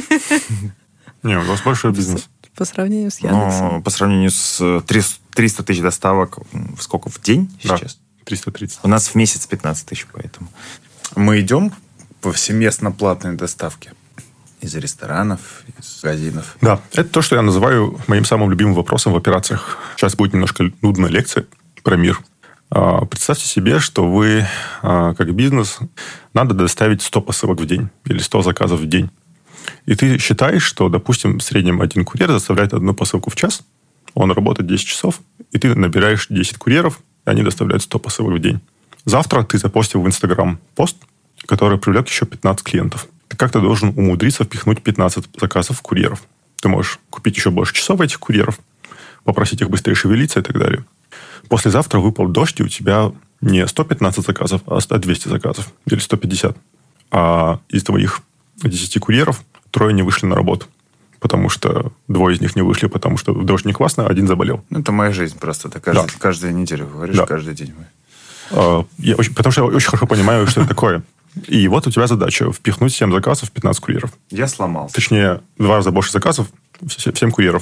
Не, у вас большой бизнес. По сравнению с Яндексом. По сравнению с триста тысяч доставок, сколько в день сейчас? триста тридцать. У нас в месяц пятнадцать тысяч, поэтому. Мы идем повсеместно платной доставке. Из ресторанов, из магазинов. Да, это то, что я называю моим самым любимым вопросом в операциях. Сейчас будет немножко нудная лекция про мир. Представьте себе, что вы, как бизнес, надо доставить сто посылок в день или сто заказов в день. И ты считаешь, что, допустим, в среднем один курьер доставляет одну посылку в час, он работает десять часов, и ты набираешь десять курьеров, и они доставляют сто посылок в день. Завтра ты запостил в Инстаграм пост, который привлек еще пятнадцать клиентов. Ты как-то должен умудриться впихнуть пятнадцать заказов курьеров. Ты можешь купить еще больше часов этих курьеров, попросить их быстрее шевелиться и так далее. Послезавтра выпал дождь, и у тебя не сто пятнадцать заказов, а двести заказов. Или сто пятьдесят. А из твоих десяти курьеров трое не вышли на работу. Потому что двое из них не вышли, потому что дождь не классно, а один заболел. Ну, это моя жизнь просто. Ты каждый, да. каждую неделю говоришь, да. Каждый день. А, я очень, потому что я очень хорошо понимаю, что это такое. И вот у тебя задача впихнуть семь заказов в пятнадцать курьеров. Я сломался. Точнее, в два раза больше заказов в семь курьеров.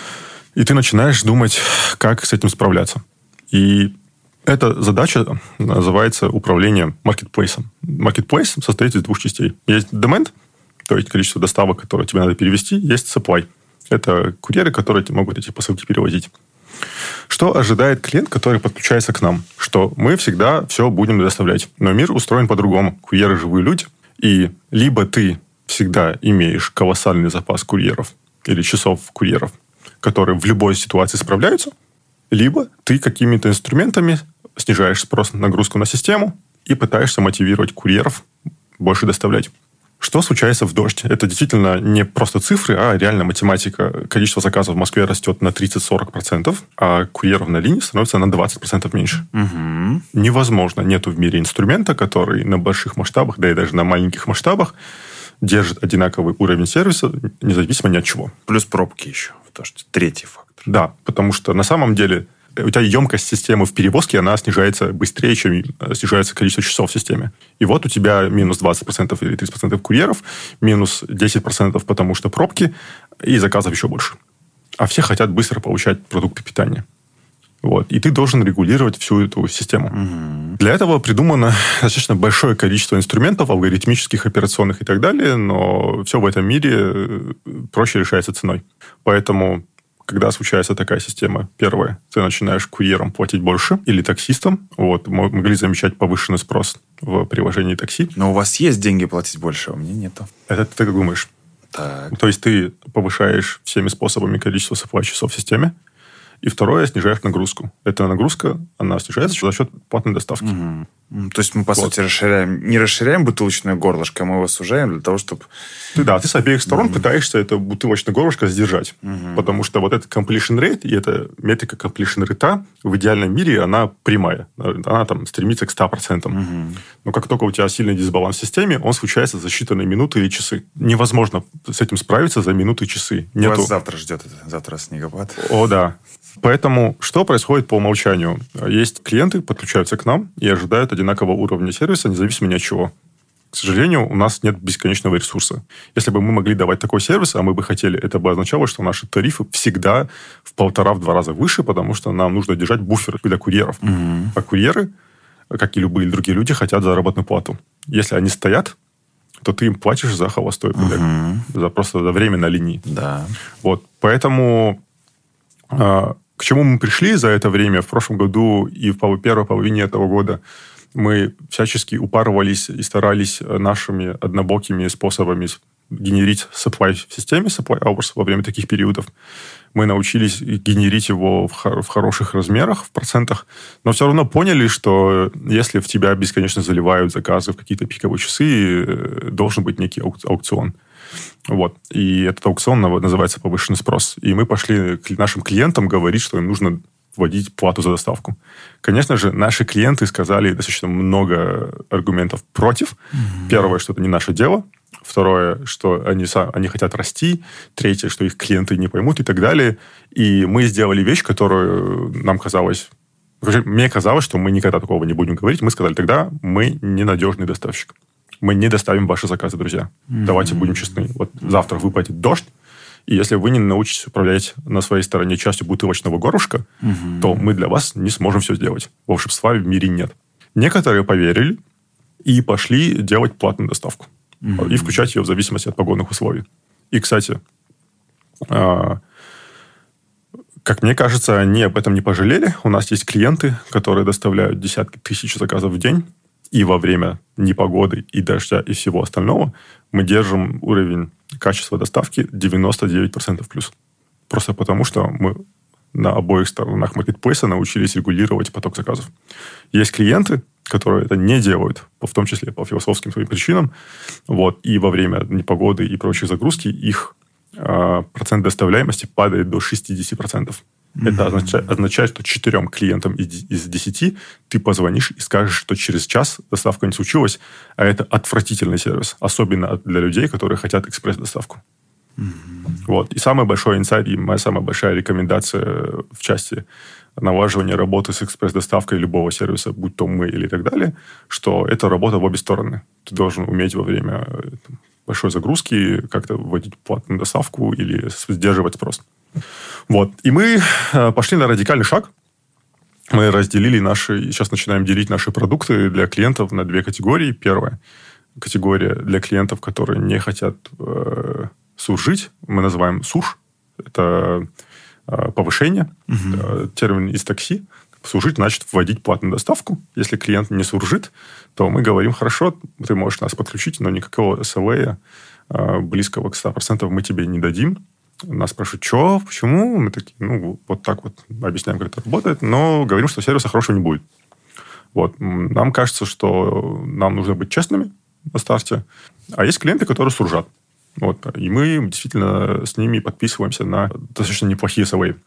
И ты начинаешь думать, как с этим справляться. И эта задача называется управление маркетплейсом. Маркетплейс состоит из двух частей. Есть demand, то есть количество доставок, которые тебе надо перевести. Есть supply. Это курьеры, которые могут эти посылки перевозить. Что ожидает клиент, который подключается к нам? Что мы всегда все будем доставлять. Но мир устроен по-другому. Курьеры – живые люди. И либо ты всегда имеешь колоссальный запас курьеров или часов курьеров, которые в любой ситуации справляются, либо ты какими-то инструментами снижаешь спрос, нагрузку на систему и пытаешься мотивировать курьеров больше доставлять. Что случается в дождь? Это действительно не просто цифры, а реально математика. Количество заказов в Москве растет на тридцать-сорок процентов, а курьеров на линии становится на двадцать процентов меньше. Угу. Невозможно. Нету в мире инструмента, который на больших масштабах, да и даже на маленьких масштабах, держит одинаковый уровень сервиса, независимо ни от чего. Плюс пробки еще в дождь. Третий фактор. Да, потому что на самом деле у тебя емкость системы в перевозке, она снижается быстрее, чем снижается количество часов в системе. И вот у тебя минус двадцать процентов или тридцать процентов курьеров, минус десять процентов, потому что пробки, и заказов еще больше. А все хотят быстро получать продукты питания. Вот. И ты должен регулировать всю эту систему. Угу. Для этого придумано достаточно большое количество инструментов, алгоритмических, операционных и так далее, но все в этом мире проще решается ценой. Поэтому когда случается такая система, первое, ты начинаешь курьерам платить больше или таксистам. Вот, могли замечать повышенный спрос в приложении такси. Но у вас есть деньги платить больше, а у меня нету. Это ты как думаешь? Так. То есть ты повышаешь всеми способами количество supply часов в системе, И второе, снижаешь нагрузку. Эта нагрузка, она снижается за счет платной доставки. Угу. То есть мы, по вот. сути, расширяем, не расширяем бутылочное горлышко, мы его сужаем для того, чтобы... Ты, да, ты с обеих сторон угу. пытаешься это бутылочное горлышко сдержать. Угу. Потому что вот этот completion rate и эта метрика completion rate в идеальном мире, она прямая. Она там стремится к ста процентам. Угу. Но как только у тебя сильный дисбаланс в системе, он случается за считанные минуты или часы. Невозможно с этим справиться за минуты и часы. Нету... Вас завтра ждет это, завтра снегопад. О, да. Поэтому что происходит по умолчанию? Есть клиенты, подключаются к нам и ожидают одинакового уровня сервиса, независимо ни от чего. К сожалению, у нас нет бесконечного ресурса. Если бы мы могли давать такой сервис, а мы бы хотели, это бы означало, что наши тарифы всегда в полтора-два раза выше, потому что нам нужно держать буфер для курьеров. Угу. А курьеры, как и любые другие люди, хотят заработную плату. Если они стоят, то ты им платишь за холостой пробег. Угу. За просто за время на линии. Да. Вот. Поэтому... К чему мы пришли за это время в прошлом году и в первой половине этого года? Мы всячески упарывались и старались нашими однобокими способами генерить supply в системе, supply hours во время таких периодов. Мы научились генерить его в, хор- в хороших размерах, в процентах, но все равно поняли, что если в тебя бесконечно заливают заказы в какие-то пиковые часы, должен быть некий аук- аукцион. Вот. И этот аукцион называется повышенный спрос. И мы пошли к нашим клиентам говорить, что им нужно вводить плату за доставку. Конечно же, наши клиенты сказали достаточно много аргументов против. Mm-hmm. Первое, что это не наше дело. Второе, что они, они хотят расти. Третье, что их клиенты не поймут и так далее. И мы сделали вещь, которую нам казалось... Мне казалось, что мы никогда такого не будем говорить. Мы сказали тогда, мы ненадежный доставщик. Мы не доставим ваши заказы, друзья. Mm-hmm. Давайте будем честны. Вот завтра выпадет дождь, и если вы не научитесь управлять на своей стороне частью бутылочного горлышка, mm-hmm. то мы для вас не сможем все сделать. Волшебства в мире нет. Некоторые поверили и пошли делать платную доставку. Mm-hmm. И включать ее в зависимости от погодных условий. И, кстати, как мне кажется, они об этом не пожалели. У нас есть клиенты, которые доставляют десятки тысяч заказов в день. И во время непогоды, и дождя, и всего остального мы держим уровень качества доставки девяносто девять процентов плюс. Просто потому, что мы на обоих сторонах маркетплейса научились регулировать поток заказов. Есть клиенты, которые это не делают, в том числе по философским своим причинам. Вот, и во время непогоды и прочей загрузки их э, процент доставляемости падает до шестьдесят процентов. Mm-hmm. Это означает, означает, что четырем клиентам из, из десяти ты позвонишь и скажешь, что через час доставка не случилась, а это отвратительный сервис. Особенно для людей, которые хотят экспресс-доставку. Mm-hmm. Вот. И самый большой инсайт, и моя самая большая рекомендация в части налаживания работы с экспресс-доставкой любого сервиса, будь то мы или так далее, что это работа в обе стороны. Ты должен уметь во время большой загрузки как-то вводить платную доставку или сдерживать спрос. Вот. И мы пошли на радикальный шаг. Мы разделили наши... Сейчас начинаем делить наши продукты для клиентов на две категории. Первая категория для клиентов, которые не хотят э, сужить. Мы называем суш. Это э, повышение. Uh-huh. Термин из такси. Сужить значит вводить платную доставку. Если клиент не суржит, то мы говорим, хорошо, ты можешь нас подключить, но никакого эс эл эй э, близкого к ста процентам мы тебе не дадим. Нас спрашивают, что, почему? Мы такие, ну, вот так вот объясняем, как это работает, но говорим, что сервиса хорошего не будет. Вот. Нам кажется, что нам нужно быть честными на старте. А есть клиенты, которые суржат. Вот. И мы действительно с ними подписываемся на достаточно неплохие эс эл эй.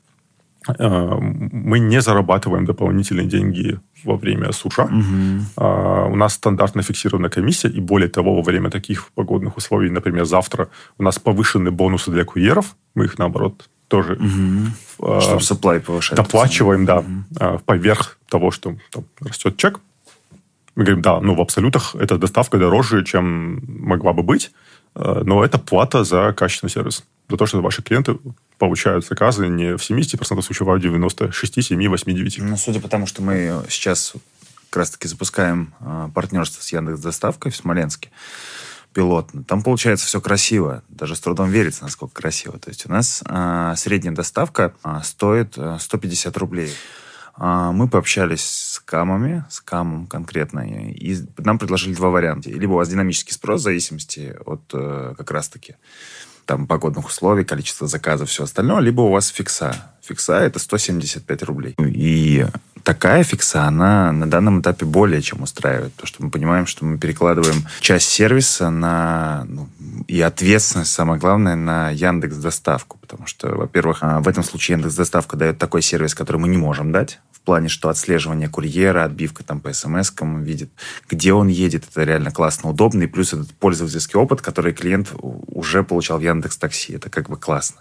Мы не зарабатываем дополнительные деньги во время суржа. Угу. У нас стандартно фиксированная комиссия, и более того, во время таких погодных условий, например, завтра у нас повышенные бонусы для курьеров, мы их, наоборот, тоже угу. чтобы supply повышать. Доплачиваем, да, угу. поверх того, что там растет чек. Мы говорим, да, ну, в абсолютах эта доставка дороже, чем могла бы быть, но это плата за качественный сервис. За то, что ваши клиенты получают заказы не в семьдесят процентов случаев, а в девяносто шесть, семь, восемь, девять. Ну, судя по тому, что мы сейчас как раз-таки запускаем э, партнерство с Яндекс.Доставкой в Смоленске, пилотно, там получается все красиво. Даже с трудом верится, насколько красиво. То есть у нас э, средняя доставка э, стоит э, сто пятьдесят рублей. Э, мы пообщались с камами, с камом конкретно, и нам предложили два варианта. Либо у вас динамический спрос в зависимости от э, как раз-таки там, погодных условий, количество заказов, все остальное, либо у вас фикса. Фикса – это сто семьдесят пять рублей. И такая фикса, она на данном этапе более чем устраивает. Потому что мы понимаем, что мы перекладываем часть сервиса на, ну, и ответственность, самое главное, на Яндекс.Доставку. Потому что, во-первых, в этом случае Яндекс.Доставка дает такой сервис, который мы не можем дать. В плане, что отслеживание курьера, отбивка там по смс-кам, видит, где он едет. Это реально классно, удобно. И плюс этот пользовательский опыт, который клиент уже получал в Яндекс.Такси. Это как бы классно.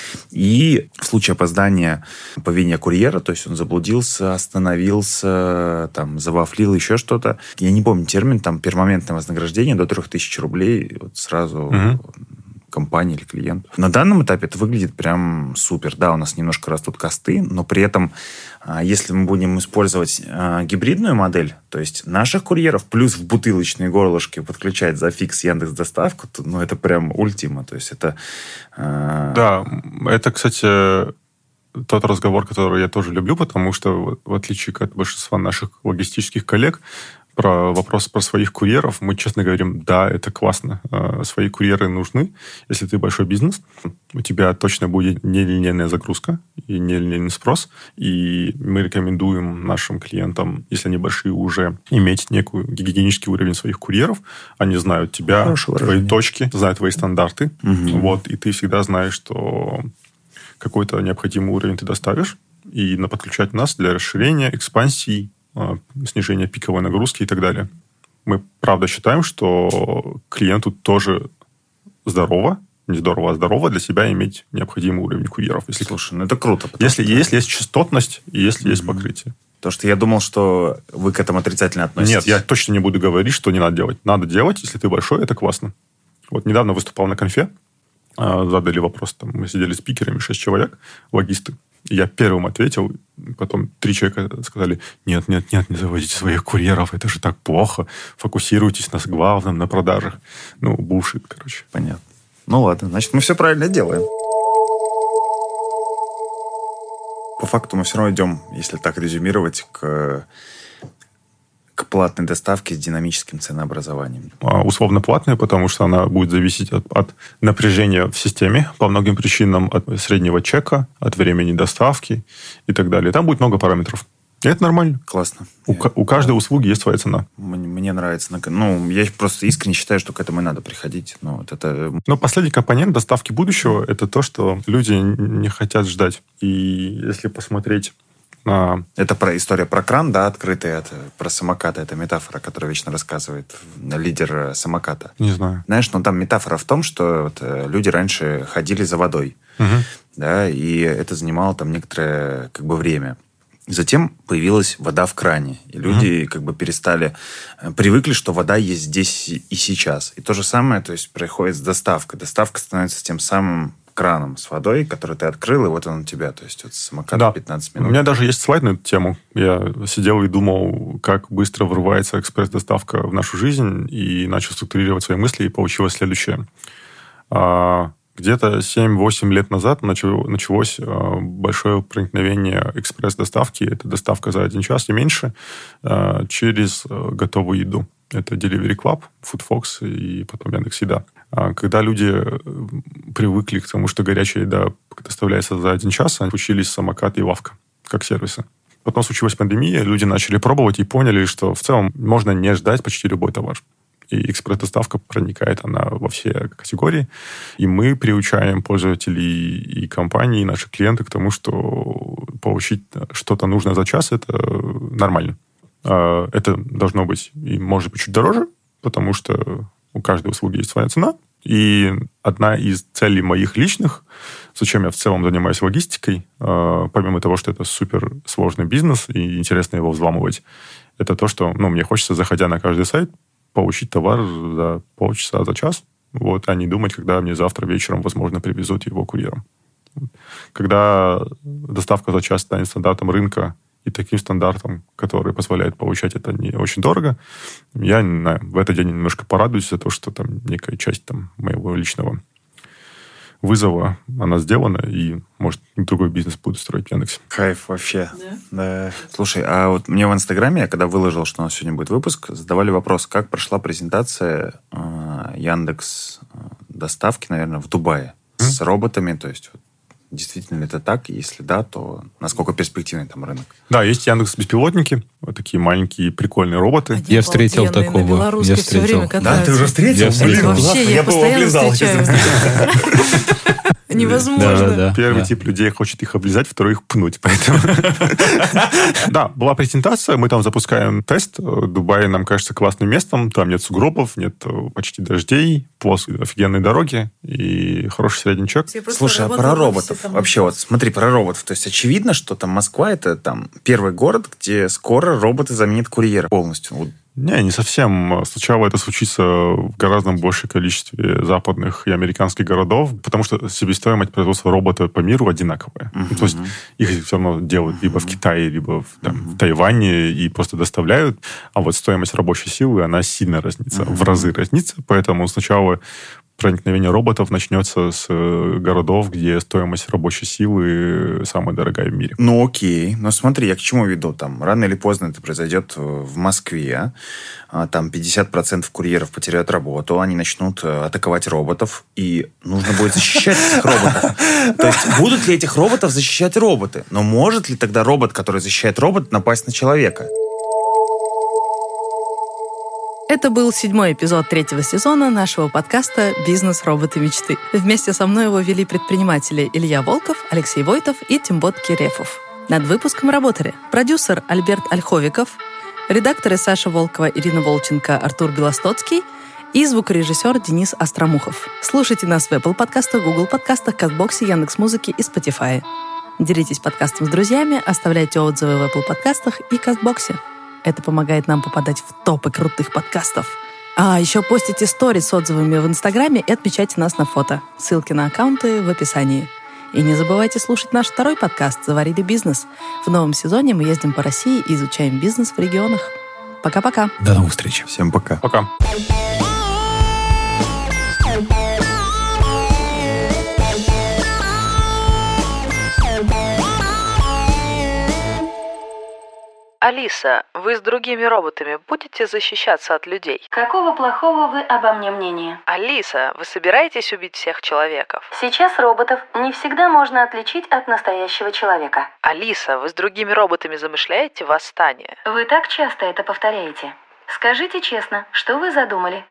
И в случае опоздания поведения курьера, то есть он заблудился, остановился, там, завафлил, еще что-то. Я не помню термин, там, пермоментное вознаграждение до трех тысяч рублей вот сразу... Угу. компании или клиенту. На данном этапе это выглядит прям супер. Да, у нас немножко растут косты, но при этом, если мы будем использовать гибридную модель, то есть наших курьеров плюс в бутылочные горлышки подключать за фикс Яндекс.Доставку, то, ну, это прям ультима. То есть это... Да, это, кстати, тот разговор, который я тоже люблю, потому что, в отличие от большинства наших логистических коллег, про вопрос про своих курьеров мы честно говорим, да, это классно. Свои курьеры нужны. Если ты большой бизнес, у тебя точно будет нелинейная загрузка и нелинейный спрос. И мы рекомендуем нашим клиентам, если они большие уже, иметь некий гигиенический уровень своих курьеров. Они знают тебя, Хорошего твои выражения. Точки, знают твои стандарты. Угу. Вот, и ты всегда знаешь, что какой-то необходимый уровень ты доставишь. И подключать нас для расширения, экспансии, снижение пиковой нагрузки и так далее. Мы, правда, считаем, что клиенту тоже здорово, не здорово, а здорово для себя иметь необходимый уровень курьеров. Если, Слушай, ну это круто. Если, что... если есть частотность и если mm-hmm. есть покрытие. Потому что я думал, что вы к этому отрицательно относитесь. Нет, я точно не буду говорить, что не надо делать. Надо делать, если ты большой, это классно. Вот недавно выступал на конфе, задали вопрос, там, мы сидели спикерами, шесть человек, логисты. Я первым ответил, потом три человека сказали, нет, нет, нет, не заводите своих курьеров, это же так плохо, фокусируйтесь на главном, на продажах. Ну, булшит, короче. Понятно. Ну ладно, значит, мы все правильно делаем. По факту мы все равно идем, если так резюмировать, к, к платной доставке с динамическим ценообразованием. А, условно платная, потому что она будет зависеть от, от напряжения в системе по многим причинам, от среднего чека, от времени доставки и так далее. Там будет много параметров. И это нормально. Классно. У, я... у каждой услуги есть своя цена. Мне, мне нравится. Ну, я просто искренне считаю, что к этому и надо приходить. Ну, вот это... Но последний компонент доставки будущего – это то, что люди не хотят ждать. И если посмотреть на... Это про история про кран, да, открытый, это про самокаты. Это метафора, которую вечно рассказывает лидер самоката. Не знаю. Знаешь, ну там метафора в том, что вот, люди раньше ходили за водой. Угу. Да, и это занимало там некоторое как бы время. Затем появилась вода в кране. И люди mm-hmm. как бы перестали... Привыкли, что вода есть здесь и сейчас. И то же самое, то есть, происходит с доставкой. Доставка становится тем самым краном с водой, который ты открыл, и вот он у тебя. То есть, вот самокат да. пятнадцать минут. У меня даже есть слайд на эту тему. Я сидел и думал, как быстро врывается экспресс-доставка в нашу жизнь, и начал структурировать свои мысли, и получилось следующее. Где-то семь-восемь лет назад началось большое проникновение экспресс-доставки. Это доставка за один час и меньше через готовую еду. Это Delivery Club, FoodFox и потом Яндекс.Еда. Когда люди привыкли к тому, что горячая еда доставляется за один час, они учились самокат и лавка как сервисы. Потом случилась пандемия, люди начали пробовать и поняли, что в целом можно не ждать почти любой товар. И экспресс-доставка проникает она во все категории. И мы приучаем пользователей и компании, и наших клиентов к тому, что получить что-то нужное за час – это нормально. Это должно быть и может быть чуть дороже, потому что у каждой услуги есть своя цена. И одна из целей моих личных, зачем я в целом занимаюсь логистикой, помимо того, что это суперсложный бизнес и интересно его взламывать, это то, что ну, мне хочется, заходя на каждый сайт, получить товар за полчаса, за час, вот, а не думать, когда мне завтра вечером, возможно, привезут его курьером. Когда доставка за час станет стандартом рынка и таким стандартом, который позволяет получать это не очень дорого, я не знаю, в этот день немножко порадуюсь за то, что там некая часть там, моего личного вызова, она сделана, и, может, другой бизнес буду строить в Яндексе. Кайф вообще. Да? Да. Слушай, а вот мне в Инстаграме, я когда выложил, что у нас сегодня будет выпуск, задавали вопрос, как прошла презентация э, Яндекс доставки, наверное, в Дубае mm. с роботами. То есть вот, действительно ли это так? Если да, то насколько перспективный там рынок? Да, есть Яндекс.Беспилотники. Вот такие маленькие прикольные роботы. Они я встретил такого. Я встретил. Да, ты уже встретил? Я встретил. Вообще, я, я постоянно встречаю. Невозможно. Да, да, Первый да. тип людей хочет их облизать, второй их пнуть. Поэтому... Да, была презентация, мы там запускаем тест. Дубай нам кажется классным местом. Там нет сугробов, нет почти дождей, плоские офигенные дороги и хороший средний чек. Слушай, а про роботов? Вообще, вот смотри, про роботов. То есть очевидно, что там Москва — это там первый город, где скоро роботы заменят курьера полностью. Вот. Не, не совсем. Сначала это случится в гораздо большем количестве западных и американских городов, потому что себестоимость производства робота по миру одинаковая. Uh-huh. То есть их все равно делают uh-huh. либо в Китае, либо в, там, uh-huh. в Тайване и просто доставляют. А вот стоимость рабочей силы, она сильно разнится, uh-huh. в разы разнится. Поэтому сначала проникновение роботов начнется с городов, где стоимость рабочей силы самая дорогая в мире. Ну, окей. Но смотри, я к чему веду? Там рано или поздно это произойдет в Москве. Там пятьдесят процентов курьеров потеряют работу, они начнут атаковать роботов, и нужно будет защищать этих роботов. То есть будут ли этих роботов защищать роботы? Но может ли тогда робот, который защищает робота, напасть на человека? Это был седьмой эпизод третьего сезона нашего подкаста «Бизнес. Роботы. Мечты». Вместе со мной его вели предприниматели Илья Волков, Алексей Войтов и Тимбот Кирефов. Над выпуском работали продюсер Альберт Ольховиков, редакторы Саша Волкова, Ирина Волченко, Артур Белостоцкий и звукорежиссер Денис Остромухов. Слушайте нас в Apple подкастах, Google подкастах, Кастбоксе, Яндекс.Музыке и Spotify. Делитесь подкастом с друзьями, оставляйте отзывы в Apple подкастах и Кастбоксе. Это помогает нам попадать в топы крутых подкастов. А еще постите сторис с отзывами в Инстаграме и отмечайте нас на фото. Ссылки на аккаунты в описании. И не забывайте слушать наш второй подкаст «Заварили бизнес». В новом сезоне мы ездим по России и изучаем бизнес в регионах. Пока-пока. До новых встреч. Всем пока. Пока. Алиса, вы с другими роботами будете защищаться от людей? Какого плохого вы обо мне мнения? Алиса, вы собираетесь убить всех человеков? Сейчас роботов не всегда можно отличить от настоящего человека. Алиса, вы с другими роботами замышляете восстание? Вы так часто это повторяете. Скажите честно, что вы задумали?